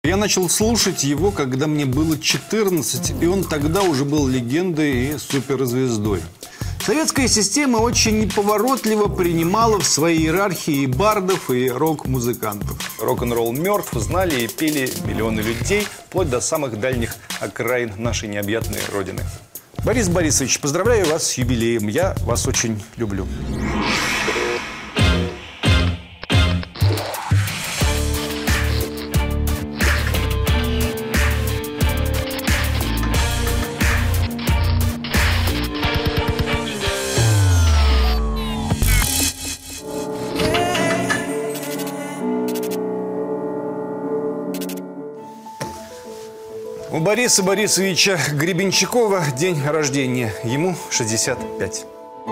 Я начал слушать его, когда мне было 14, и он тогда уже был легендой и суперзвездой. Советская система очень неповоротливо принимала в своей иерархии и бардов, и рок-музыкантов. Рок-н-ролл мертв, знали и пели миллионы людей, вплоть до самых дальних окраин нашей необъятной родины. Борис Борисович, поздравляю вас с юбилеем. Я вас очень люблю. У Бориса Борисовича Гребенщикова день рождения. Ему 65.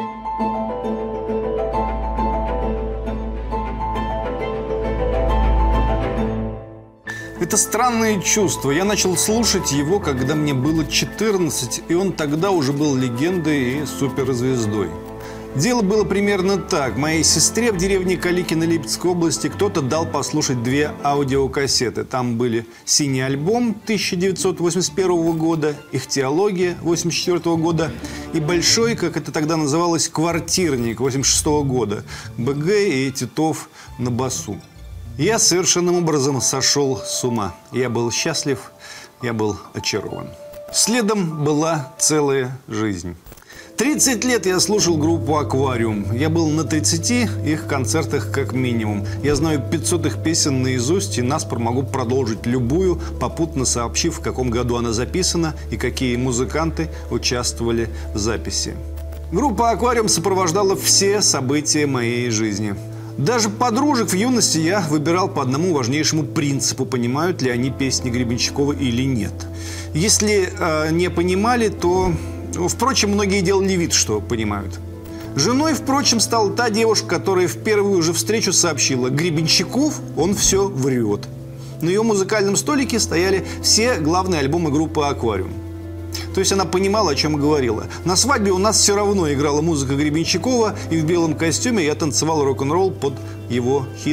Это странное чувство. Я начал слушать его, когда мне было 14, и он тогда уже был легендой и суперзвездой. Дело было примерно так. Моей сестре в деревне Каликино Липецкой области кто-то дал послушать 2 аудиокассеты. Там были «Синий альбом» 1981 года, «Ихтиология» 1984 года и большой, как это тогда называлось, «Квартирник» 1986 года. БГ и Титов на басу. Я совершенным образом сошел с ума. Я был счастлив, я был очарован. Следом была целая жизнь. 30 лет я слушал группу «Аквариум». Я был на 30 их концертах как минимум. Я знаю 500 их песен наизусть и наспор могу продолжить любую, попутно сообщив, в каком году она записана и какие музыканты участвовали в записи. Группа «Аквариум» сопровождала все события моей жизни. Даже подружек в юности я выбирал по одному важнейшему принципу, понимают ли они песни Гребенщикова или нет. Если не понимали, то... Впрочем, многие делали вид, что понимают. Женой, впрочем, стала та девушка, которая в первую же встречу сообщила: Гребенщиков, он все врет. На ее музыкальном столике стояли все главные альбомы группы «Аквариум». То есть она понимала, о чем говорила. На свадьбе у нас все равно играла музыка Гребенщикова, и в белом костюме я танцевал рок-н-ролл под его хит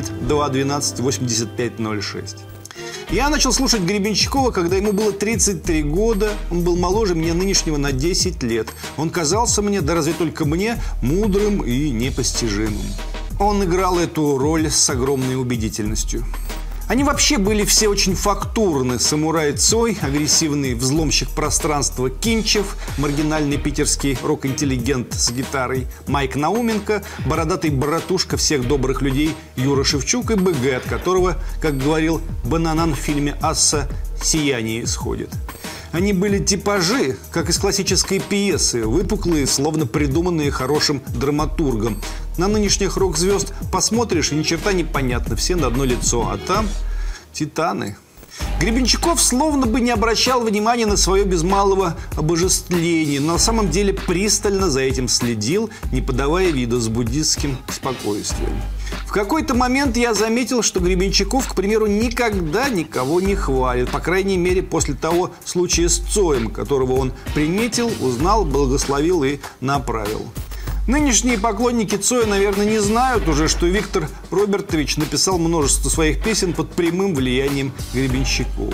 2-12-85-06. Я начал слушать Гребенщикова, когда ему было 33 года. Он был моложе меня нынешнего на 10 лет. Он казался мне, да разве только мне, мудрым и непостижимым. Он играл эту роль с огромной убедительностью. Они вообще были все очень фактурны. Самурай Цой, агрессивный взломщик пространства Кинчев, маргинальный питерский рок-интеллигент с гитарой Майк Науменко, бородатый братушка всех добрых людей Юра Шевчук и БГ, от которого, как говорил Бананан в фильме «Асса», сияние исходит. Они были типажи, как из классической пьесы, выпуклые, словно придуманные хорошим драматургом. На нынешних рок-звезд посмотришь, и ни черта не понятно, все на одно лицо, а там титаны. Гребенщиков словно бы не обращал внимания на свое без малого обожествление, но на самом деле пристально за этим следил, не подавая виду, с буддистским спокойствием. В какой-то момент я заметил, что Гребенщиков, к примеру, никогда никого не хвалит. По крайней мере, после того случая с Цоем, которого он приметил, узнал, благословил и направил. Нынешние поклонники Цоя, наверное, не знают уже, что Виктор Робертович написал множество своих песен под прямым влиянием Гребенщикова.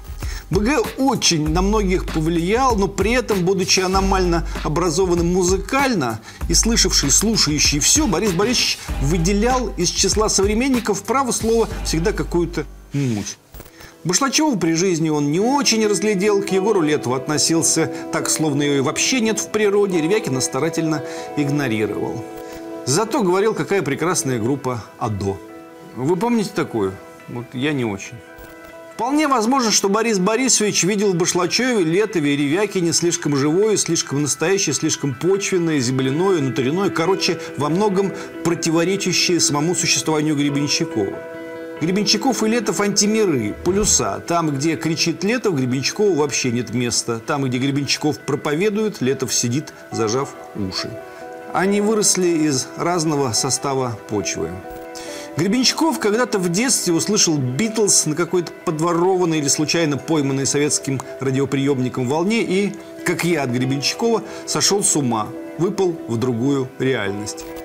БГ очень на многих повлиял, но при этом, будучи аномально образованным музыкально и слышавший, слушающий все, Борис Борисович выделял из числа современников, право слово, всегда какую-то муть. Башлачева при жизни он не очень разглядел, к Егору Летову относился так, словно ее вообще нет в природе, Ревякина старательно игнорировал. Зато говорил, какая прекрасная группа «Адо». Вы помните такую? Вот я не очень. Вполне возможно, что Борис Борисович видел в Башлачеве, Летове и Ревякине слишком живое, слишком настоящее, слишком почвенное, земляное, внутреннее, короче, во многом противоречащее самому существованию Гребенщикова. Гребенщиков и Летов – антимиры, полюса. Там, где кричит Летов, Гребенщикову вообще нет места. Там, где Гребенщиков проповедует, Летов сидит, зажав уши. Они выросли из разного состава почвы. Гребенщиков когда-то в детстве услышал «Битлз» на какой-то подворованной или случайно пойманной советским радиоприемником волне и, как я от Гребенщикова, сошел с ума, выпал в другую реальность.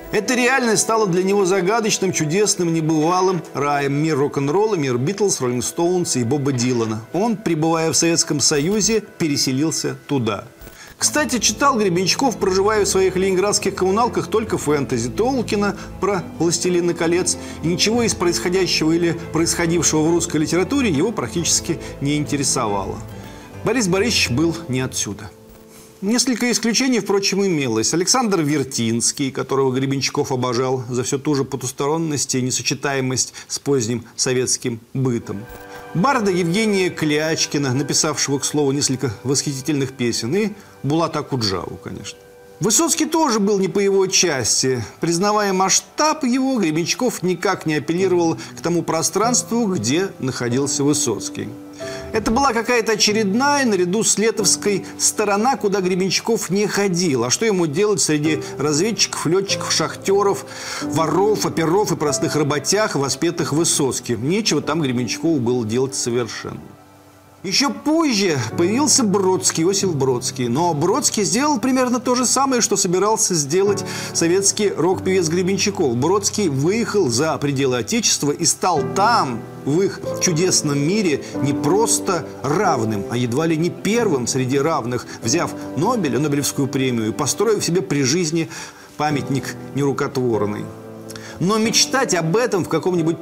Эта реальность стала для него загадочным, чудесным, небывалым раем. Мир рок-н-ролла, мир Битлз, Роллинг Стоунс и Боба Дилана. Он, пребывая в Советском Союзе, переселился туда. Кстати, читал Гребенщиков, проживая в своих ленинградских коммуналках, только фэнтези Толкина про «Властелина колец». И ничего из происходящего или происходившего в русской литературе его практически не интересовало. Борис Борисович был не отсюда. Несколько исключений, впрочем, имелось. Александр Вертинский, которого Гребенщиков обожал за всю ту же потусторонность и несочетаемость с поздним советским бытом. Барда Евгения Клячкина, написавшего, к слову, несколько восхитительных песен, и Булата Акуджаву, конечно. Высоцкий тоже был не по его части. Признавая масштаб его, Гребенщиков никак не апеллировал к тому пространству, где находился Высоцкий. Это была какая-то очередная, наряду с летовской, сторона, куда Гребенщиков не ходил. А что ему делать среди разведчиков, летчиков, шахтеров, воров, оперов и простых работяг, воспетых Высоцким? Нечего там Гребенщикову было делать совершенно. Еще позже появился Бродский, Иосиф Бродский. Но Бродский сделал примерно то же самое, что собирался сделать советский рок-певец Гребенщиков. Бродский выехал за пределы Отечества и стал там, в их чудесном мире, не просто равным, а едва ли не первым среди равных, взяв Нобеля, Нобелевскую премию и построив себе при жизни памятник нерукотворный. Но мечтать об этом в каком-нибудь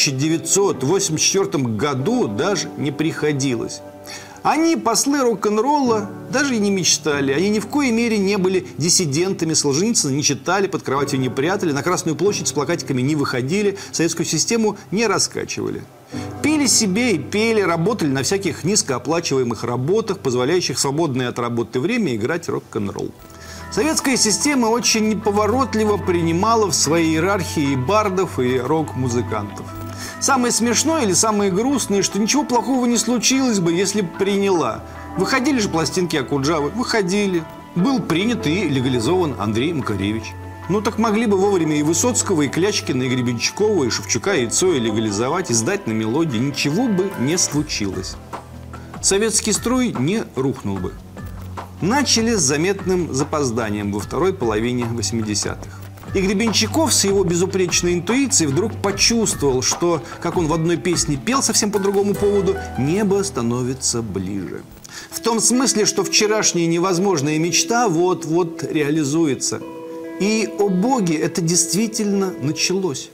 1984 году даже не приходилось. Они, послы рок-н-ролла, даже и не мечтали. Они ни в коей мере не были диссидентами. Солженицына не читали, под кроватью не прятали, на Красную площадь с плакатиками не выходили, советскую систему не раскачивали. Пили себе и пели, работали на всяких низкооплачиваемых работах, позволяющих в свободное от работы время играть рок-н-ролл. Советская система очень неповоротливо принимала в своей иерархии и бардов, и рок-музыкантов. Самое смешное или самое грустное, что ничего плохого не случилось бы, если бы приняла. Выходили же пластинки Акуджавы? Выходили. Был принят и легализован Андрей Макаревич. Ну так могли бы вовремя и Высоцкого, и Клячкина, и Гребенщикова, и Шевчука, и Цоя легализовать, и сдать на мелодии. Ничего бы не случилось. Советский строй не рухнул бы. Начали с заметным запозданием во второй половине 80-х. И Гребенщиков с его безупречной интуицией вдруг почувствовал, что, как он в одной песне пел совсем по другому поводу, небо становится ближе. В том смысле, что вчерашняя невозможная мечта вот-вот реализуется. И, о боги, это действительно началось.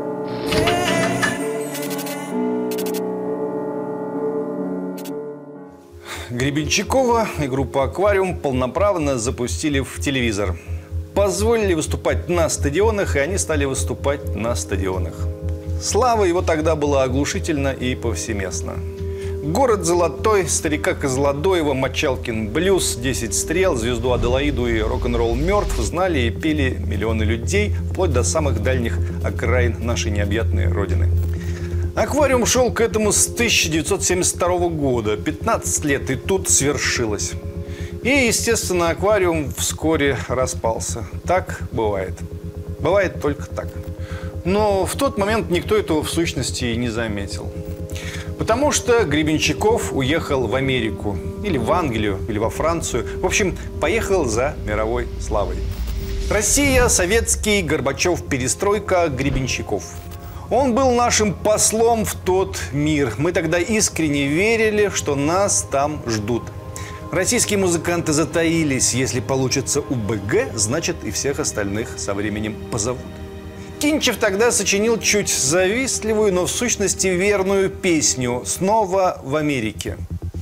Гребенщикова и группу «Аквариум» полноправно запустили в телевизор. Позволили выступать на стадионах, и они стали выступать на стадионах. Слава его тогда была оглушительна и повсеместна. «Город золотой», «Старика Козлодоева», «Мочалкин блюз», «10 стрел», «Звезду Аделаиду» и «Рок-н-ролл мертв» знали и пели миллионы людей, вплоть до самых дальних окраин нашей необъятной родины. «Аквариум» шел к этому с 1972 года, 15 лет, и тут свершилось. И, естественно, «Аквариум» вскоре распался. Так бывает. Бывает только так. Но в тот момент никто этого в сущности и не заметил. Потому что Гребенщиков уехал в Америку, или в Англию, или во Францию. В общем, поехал за мировой славой. Россия, советский, Горбачев, перестройка, Гребенщиков. Он был нашим послом в тот мир. Мы тогда искренне верили, что нас там ждут. Российские музыканты затаились. Если получится у БГ, значит и всех остальных со временем позовут. Кинчев тогда сочинил чуть завистливую, но в сущности верную песню «Снова в Америке».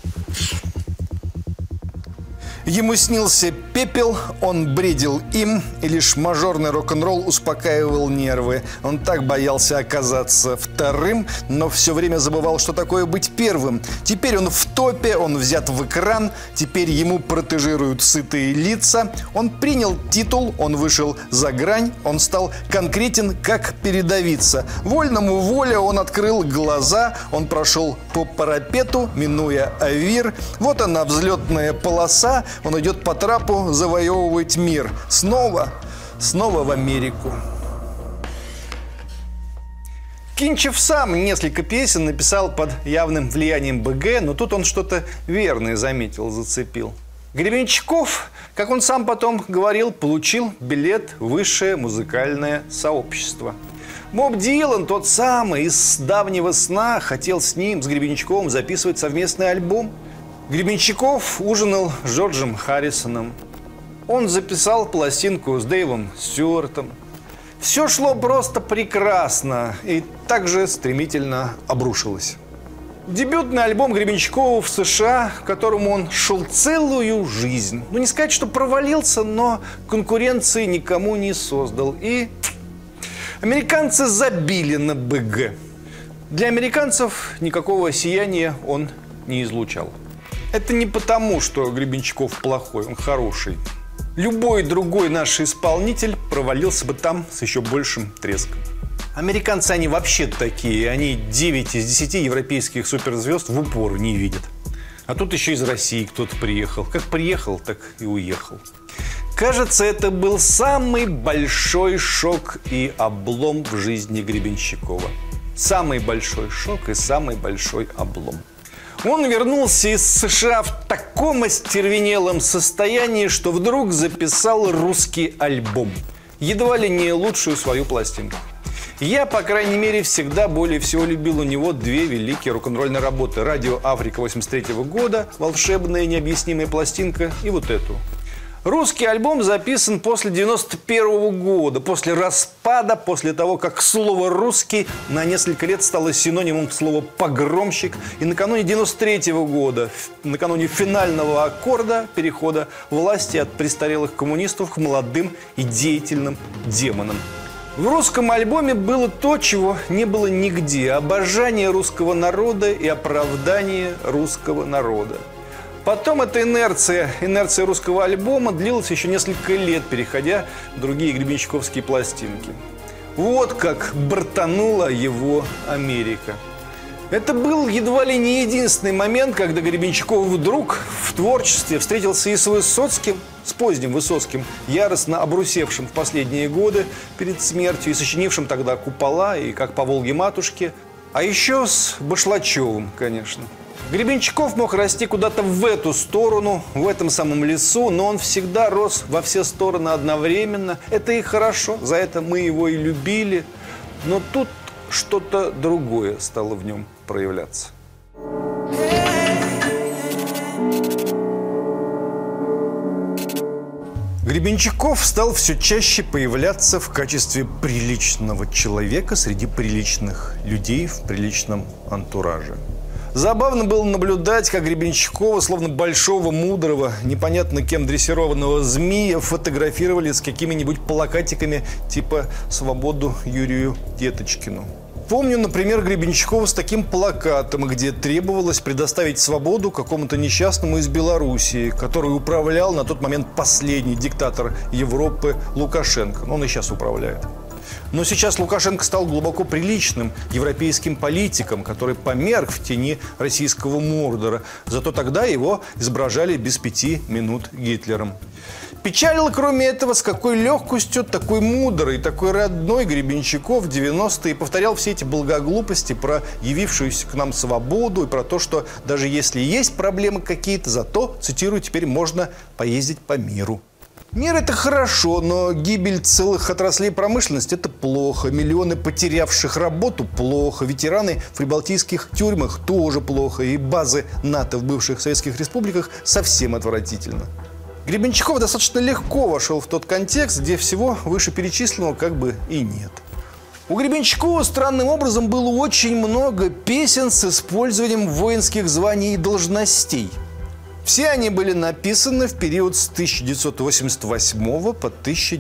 Ему снился пепел, он бредил им, и лишь мажорный рок-н-ролл успокаивал нервы. Он так боялся оказаться вторым, но все время забывал, что такое быть первым. Теперь он в топе, он взят в экран, теперь ему протежируют сытые лица. Он принял титул, он вышел за грань, он стал конкретен, как передовица. Вольному воля, он открыл глаза, он прошел по парапету, минуя Авир. Вот она, взлетная полоса. Он идет по трапу завоевывать мир. Снова в Америку. Кинчев сам несколько песен написал под явным влиянием БГ, но тут он что-то верное заметил, зацепил. Гребенщиков, как он сам потом говорил, получил билет в высшее музыкальное сообщество. Боб Дилан, тот самый, из давнего сна, хотел с ним, с Гребенщиковым, записывать совместный альбом. Гребенщиков ужинал с Джорджем Харрисоном. Он записал пластинку с Дэйвом Стюартом. Все шло просто прекрасно и также стремительно обрушилось. Дебютный альбом Гребенщикова в США, к которому он шел целую жизнь. Ну, не сказать, что провалился, но конкуренции никому не создал. И американцы забили на БГ. Для американцев никакого сияния он не излучал. Это не потому, что Гребенщиков плохой, он хороший. Любой другой наш исполнитель провалился бы там с еще большим треском. Американцы, они вообще такие. Они 9 из 10 европейских суперзвезд в упор не видят. А тут еще из России кто-то приехал. Как приехал, так и уехал. Кажется, это был самый большой шок и облом в жизни Гребенщикова. Самый большой шок и самый большой облом. Он вернулся из США в таком остервенелом состоянии, что вдруг записал русский альбом. Едва ли не лучшую свою пластинку. Я, по крайней мере, всегда более всего любил у него две великие рок-н-ролльные работы. «Радио Африка» 83-го года, волшебная необъяснимая пластинка, и вот эту. Русский альбом записан после 91-го года, после распада, после того, как слово «русский» на несколько лет стало синонимом слова «погромщик». И накануне 93-го года, накануне финального аккорда перехода власти от престарелых коммунистов к молодым и деятельным демонам. В русском альбоме было то, чего не было нигде. Обожание русского народа и оправдание русского народа. Потом эта инерция русского альбома длилась еще несколько лет, переходя в другие гребенщиковские пластинки. Вот как бортанула его Америка. Это был едва ли не единственный момент, когда Гребенщиков вдруг в творчестве встретился и с Высоцким, с поздним Высоцким, яростно обрусевшим в последние годы перед смертью и сочинившим тогда «Купола» и «Как по Волге матушке», а еще с Башлачевым, конечно. Гребенщиков мог расти куда-то в эту сторону, в этом самом лесу, но он всегда рос во все стороны одновременно. Это и хорошо, за это мы его и любили. Но тут что-то другое стало в нем проявляться. Гребенщиков стал все чаще появляться в качестве приличного человека среди приличных людей в приличном антураже. Забавно было наблюдать, как Гребенщикова, словно большого, мудрого, непонятно кем дрессированного змея, фотографировали с какими-нибудь плакатиками типа «Свободу Юрию Деточкину». Помню, например, Гребенщикова с таким плакатом, где требовалось предоставить свободу какому-то несчастному из Белоруссии, который управлял на тот момент последний диктатор Европы Лукашенко. Он и сейчас управляет. Но сейчас Лукашенко стал глубоко приличным европейским политиком, который померк в тени российского Мордора. Зато тогда его изображали без 5 минут Гитлером. Печалило, кроме этого, с какой легкостью такой мудрый, такой родной Гребенщиков в 90-е повторял все эти благоглупости про явившуюся к нам свободу и про то, что даже если есть проблемы какие-то, зато, цитирую, теперь можно поездить по миру. Мир – это хорошо, но гибель целых отраслей промышленности – это плохо. Миллионы потерявших работу – плохо. Ветераны в прибалтийских тюрьмах – тоже плохо. И базы НАТО в бывших советских республиках – совсем отвратительно. Гребенщиков достаточно легко вошел в тот контекст, где всего вышеперечисленного как бы и нет. У Гребенщикова странным образом было очень много песен с использованием воинских званий и должностей. Все они были написаны в период с 1988 по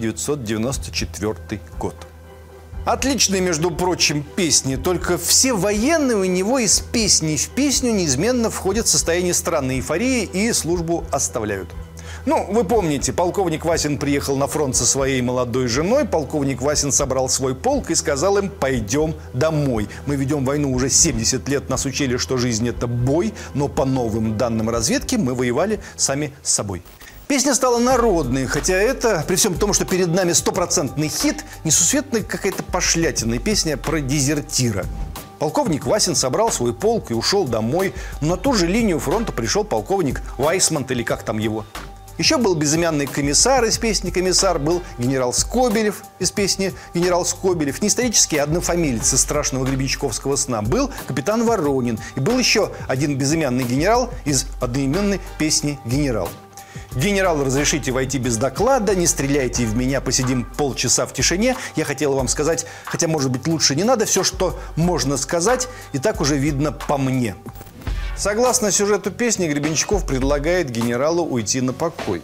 1994 год. Отличные, между прочим, песни, только все военные у него из песни в песню неизменно входят в состояние странной эйфории и службу оставляют. Ну, вы помните, полковник Васин приехал на фронт со своей молодой женой, полковник Васин собрал свой полк и сказал им: пойдем домой. Мы ведем войну уже 70 лет, нас учили, что жизнь – это бой, но по новым данным разведки мы воевали сами с собой. Песня стала народной, хотя это, при всем том, что перед нами стопроцентный хит, несусветная какая-то пошлятина, песня про дезертира. Полковник Васин собрал свой полк и ушел домой. Но на ту же линию фронта пришел полковник Вайсмант, или как там его. Еще был безымянный комиссар из песни «Комиссар», был генерал Скобелев из песни «Генерал Скобелев». Не исторический, а однофамилец из страшного гребенщиковского сна. Был капитан Воронин. И был еще один безымянный генерал из одноименной песни «Генерал». «Генерал, разрешите войти без доклада, не стреляйте в меня, посидим полчаса в тишине». Я хотела вам сказать, хотя, может быть, лучше не надо, все, что можно сказать, и так уже видно по мне. Согласно сюжету песни, Гребенщиков предлагает генералу уйти на покой.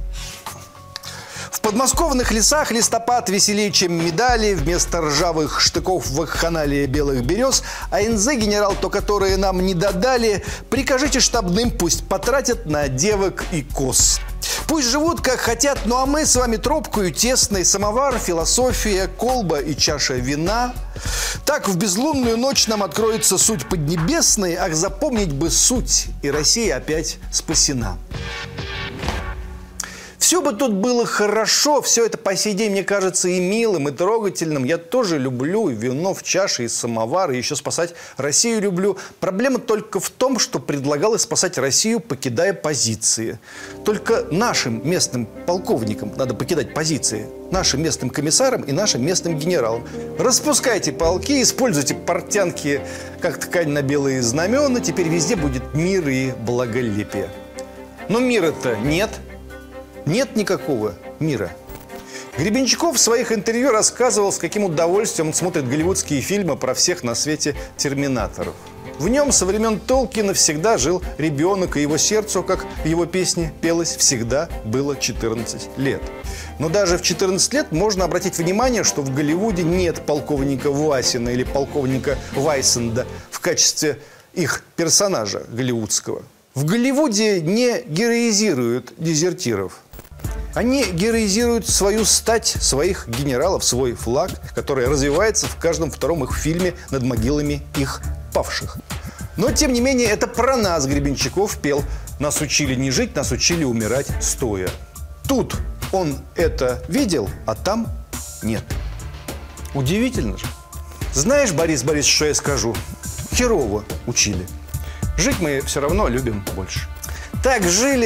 В подмосковных лесах листопад веселее, чем медали. Вместо ржавых штыков вакханалия белых берез. А НЗ, генерал, то, которые нам не додали, прикажите штабным, пусть потратят на девок и коз. Пусть живут, как хотят, ну а мы с вами тропкою тесной, самовар, философия, колба и чаша вина. Так в безлунную ночь нам откроется суть поднебесной, ах, запомнить бы суть, и Россия опять спасена. Все бы тут было хорошо, все это по сей день мне кажется и милым, и трогательным. Я тоже люблю и вино в чаше, и самовар, и еще спасать Россию люблю. Проблема только в том, что предлагалось спасать Россию, покидая позиции. Только нашим местным полковникам надо покидать позиции. Нашим местным комиссарам и нашим местным генералам. Распускайте полки, используйте портянки, как ткань на белые знамена. Теперь везде будет мир и благолепие. Но мира-то нет. Нет никакого мира. Гребенщиков в своих интервью рассказывал, с каким удовольствием он смотрит голливудские фильмы про всех на свете терминаторов. В нем со времен Толкина всегда жил ребенок, и его сердцу, как в его песне пелось, всегда было 14 лет. Но даже в 14 лет можно обратить внимание, что в Голливуде нет полковника Васина или полковника Вайсенда в качестве их персонажа голливудского. В Голливуде не героизируют дезертиров. Они героизируют свою стать, своих генералов, свой флаг, который развивается в каждом втором их фильме над могилами их павших. Но, тем не менее, это про нас Гребенщиков пел. Нас учили не жить, нас учили умирать стоя. Тут он это видел, а там нет. Удивительно же. Знаешь, Борис Борисович, что я скажу? Херово учили. Жить мы все равно любим больше. Так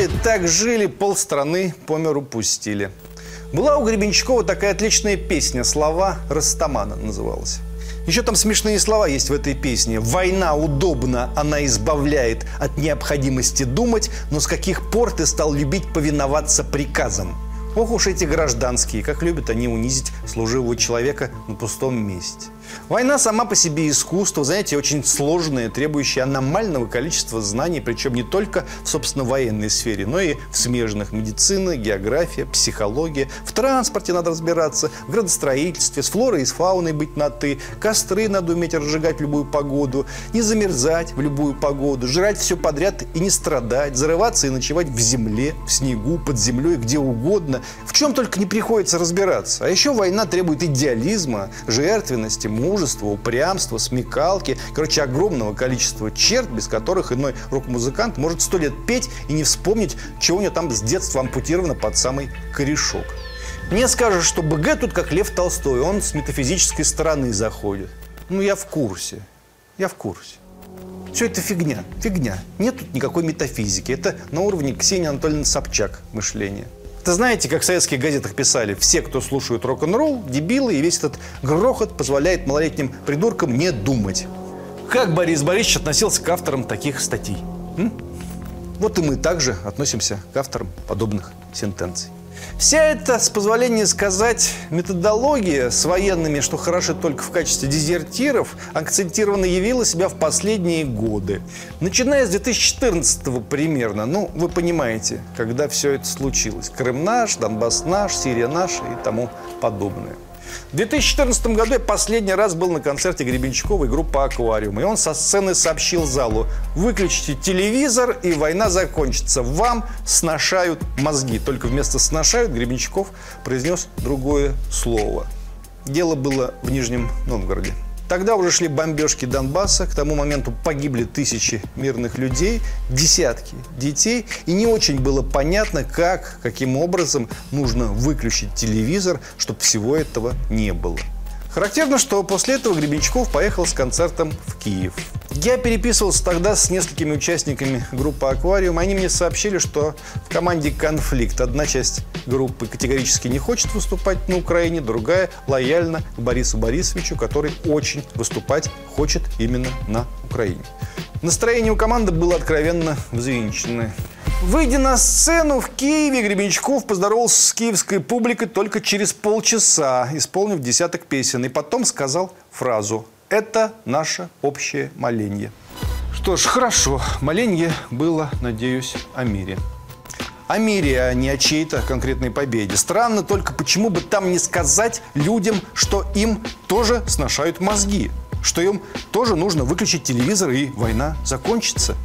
жили, полстраны по миру пустили. Была у Гребенщикова такая отличная песня, «Слова Растамана» называлась. Еще там смешные слова есть в этой песне. «Война удобна, она избавляет от необходимости думать, но с каких пор ты стал любить повиноваться приказам?» Ох уж эти гражданские, как любят они унизить служивого человека на пустом месте. Война сама по себе искусство, знаете, очень сложное, требующее аномального количества знаний, причем не только в, собственно, военной сфере, но и в смежных: медицина, география, психология. В транспорте надо разбираться, в градостроительстве, с флорой и с фауной быть на «ты». Костры надо уметь разжигать в любую погоду, не замерзать в любую погоду, жрать все подряд и не страдать, зарываться и ночевать в земле, в снегу, под землей, где угодно. В чем только не приходится разбираться. А еще война требует идеализма, жертвенности, мужества, упрямства, смекалки. Короче, огромного количества черт, без которых иной рок-музыкант может 100 лет петь и не вспомнить, чего у него там с детства ампутировано под самый корешок. Мне скажут, что БГ тут как Лев Толстой, он с метафизической стороны заходит. Ну, я в курсе. Я в курсе. Все это фигня. Фигня. Нет тут никакой метафизики. Это на уровне Ксении Анатольевны Собчак мышления. Это знаете, как в советских газетах писали: все, кто слушают рок-н-ролл, дебилы, и весь этот грохот позволяет малолетним придуркам не думать. Как Борис Борисович относился к авторам таких статей? Вот и мы также относимся к авторам подобных сентенций. Вся эта, с позволения сказать, методология с военными, что хорошо только в качестве дезертиров, акцентированно явила себя в последние годы. Начиная с 2014-го примерно, ну, вы понимаете, когда все это случилось. Крым наш, Донбасс наш, Сирия наша и тому подобное. В 2014 году я последний раз был на концерте Гребенщикова и группы «Аквариум». И он со сцены сообщил залу: выключите телевизор, и война закончится. Вам сношают мозги. Только вместо «сношают» Гребенщиков произнес другое слово. Дело было в Нижнем Новгороде. Тогда уже шли бомбежки Донбасса. К тому моменту погибли тысячи мирных людей, десятки детей. И не очень было понятно, каким образом нужно выключить телевизор, чтобы всего этого не было. Характерно, что после этого Гребенщиков поехал с концертом в Киев. Я переписывался тогда с несколькими участниками группы «Аквариум». Они мне сообщили, что в команде конфликт. Одна часть группы категорически не хочет выступать на Украине, другая лояльна к Борису Борисовичу, который очень выступать хочет именно на Украине. Настроение у команды было откровенно взвинченное. Выйдя на сцену в Киеве, Гребенщиков поздоровался с киевской публикой только через полчаса, исполнив десяток песен, и потом сказал фразу: «Это наше общее моленье». Что ж, хорошо. Моленье было, надеюсь, о мире. О мире, а не о чьей-то конкретной победе. Странно только, почему бы там не сказать людям, что им тоже сношают мозги, что им тоже нужно выключить телевизор, и война закончится.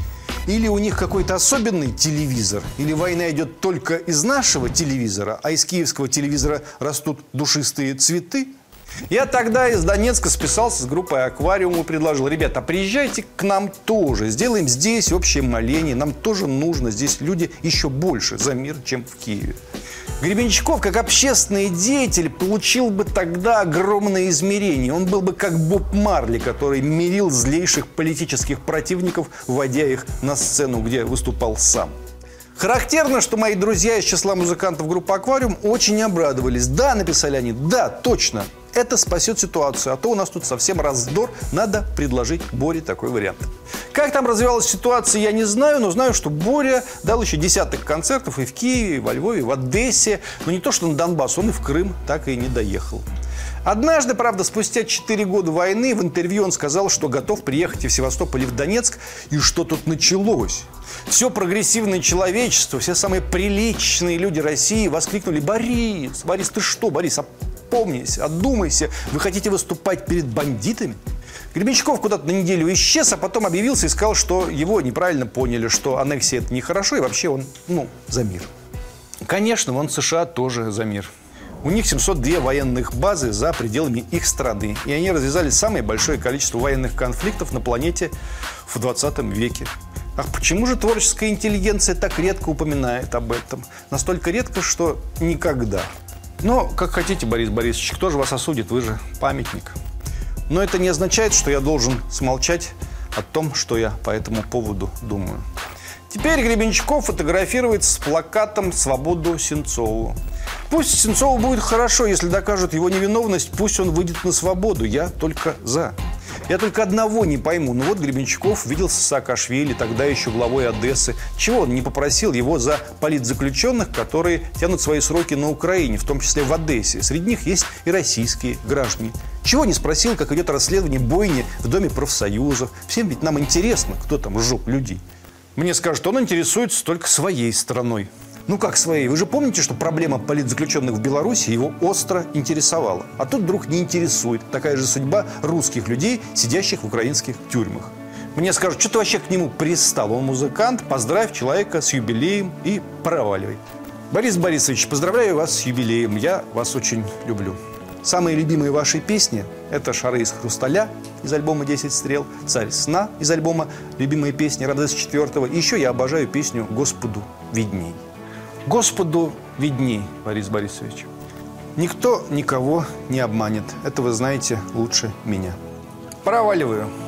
Или у них какой-то особенный телевизор, или война идет только из нашего телевизора, а из киевского телевизора растут душистые цветы. Я тогда из Донецка списался с группой «Аквариум» и предложил: ребята, приезжайте к нам тоже, сделаем здесь общее моление, нам тоже нужно, здесь люди еще больше за мир, чем в Киеве. Гребенщиков, как общественный деятель, получил бы тогда огромное измерение. Он был бы как Боб Марли, который мирил злейших политических противников, вводя их на сцену, где выступал сам. Характерно, что мои друзья из числа музыкантов группы «Аквариум» очень обрадовались. Да, написали они, да, точно, это спасет ситуацию, а то у нас тут совсем раздор, надо предложить Боре такой вариант. Как там развивалась ситуация, я не знаю, но знаю, что Боря дал еще десяток концертов и в Киеве, и во Львове, и в Одессе. Но не то, что на Донбасс, он и в Крым так и не доехал. Однажды, правда, спустя 4 года войны в интервью он сказал, что готов приехать и в Севастополь, и в Донецк, и что тут началось. Все прогрессивное человечество, все самые приличные люди России воскликнули: «Борис, Борис, ты что, Борис, опомнись, одумайся, вы хотите выступать перед бандитами?» Гребенщиков куда-то на неделю исчез, а потом объявился и сказал, что его неправильно поняли, что аннексия – это нехорошо, и вообще он, за мир. Конечно, вон США тоже за мир. У них 702 военных базы за пределами их страны. И они развязали самое большое количество военных конфликтов на планете в 20 веке. Ах, почему же творческая интеллигенция так редко упоминает об этом? Настолько редко, что никогда. Но, как хотите, Борис Борисович, кто же вас осудит? Вы же памятник. Но это не означает, что я должен смолчать о том, что я по этому поводу думаю. Теперь Гребенщиков фотографируется с плакатом «Свободу Сенцову». Пусть Сенцову будет хорошо, если докажут его невиновность, пусть он выйдет на свободу. Я только за. Я только одного не пойму. Вот Гребенщиков виделся с Саакашвили, тогда еще главой Одессы. Чего он не попросил его за политзаключенных, которые тянут свои сроки на Украине, в том числе в Одессе? Среди них есть и российские граждане. Чего не спросил, как идет расследование бойни в Доме профсоюзов? Всем ведь нам интересно, кто там сжег людей. Мне скажут, он интересуется только своей страной. Ну как своей? Вы же помните, что проблема политзаключенных в Беларуси его остро интересовала. А тут вдруг не интересует. Такая же судьба русских людей, сидящих в украинских тюрьмах. Мне скажут, что ты вообще к нему пристал? Он музыкант, поздравь человека с юбилеем и проваливай. Борис Борисович, поздравляю вас с юбилеем. Я вас очень люблю. Самые любимые ваши песни – это «Шары из хрусталя» из альбома «10 стрел», «Царь сна» из альбома «Любимые песни» Рамзеса IV. И еще я обожаю песню «Господу видней». Господу видней, Борис Борисович. Никто никого не обманет. Это вы знаете лучше меня. Проваливаю.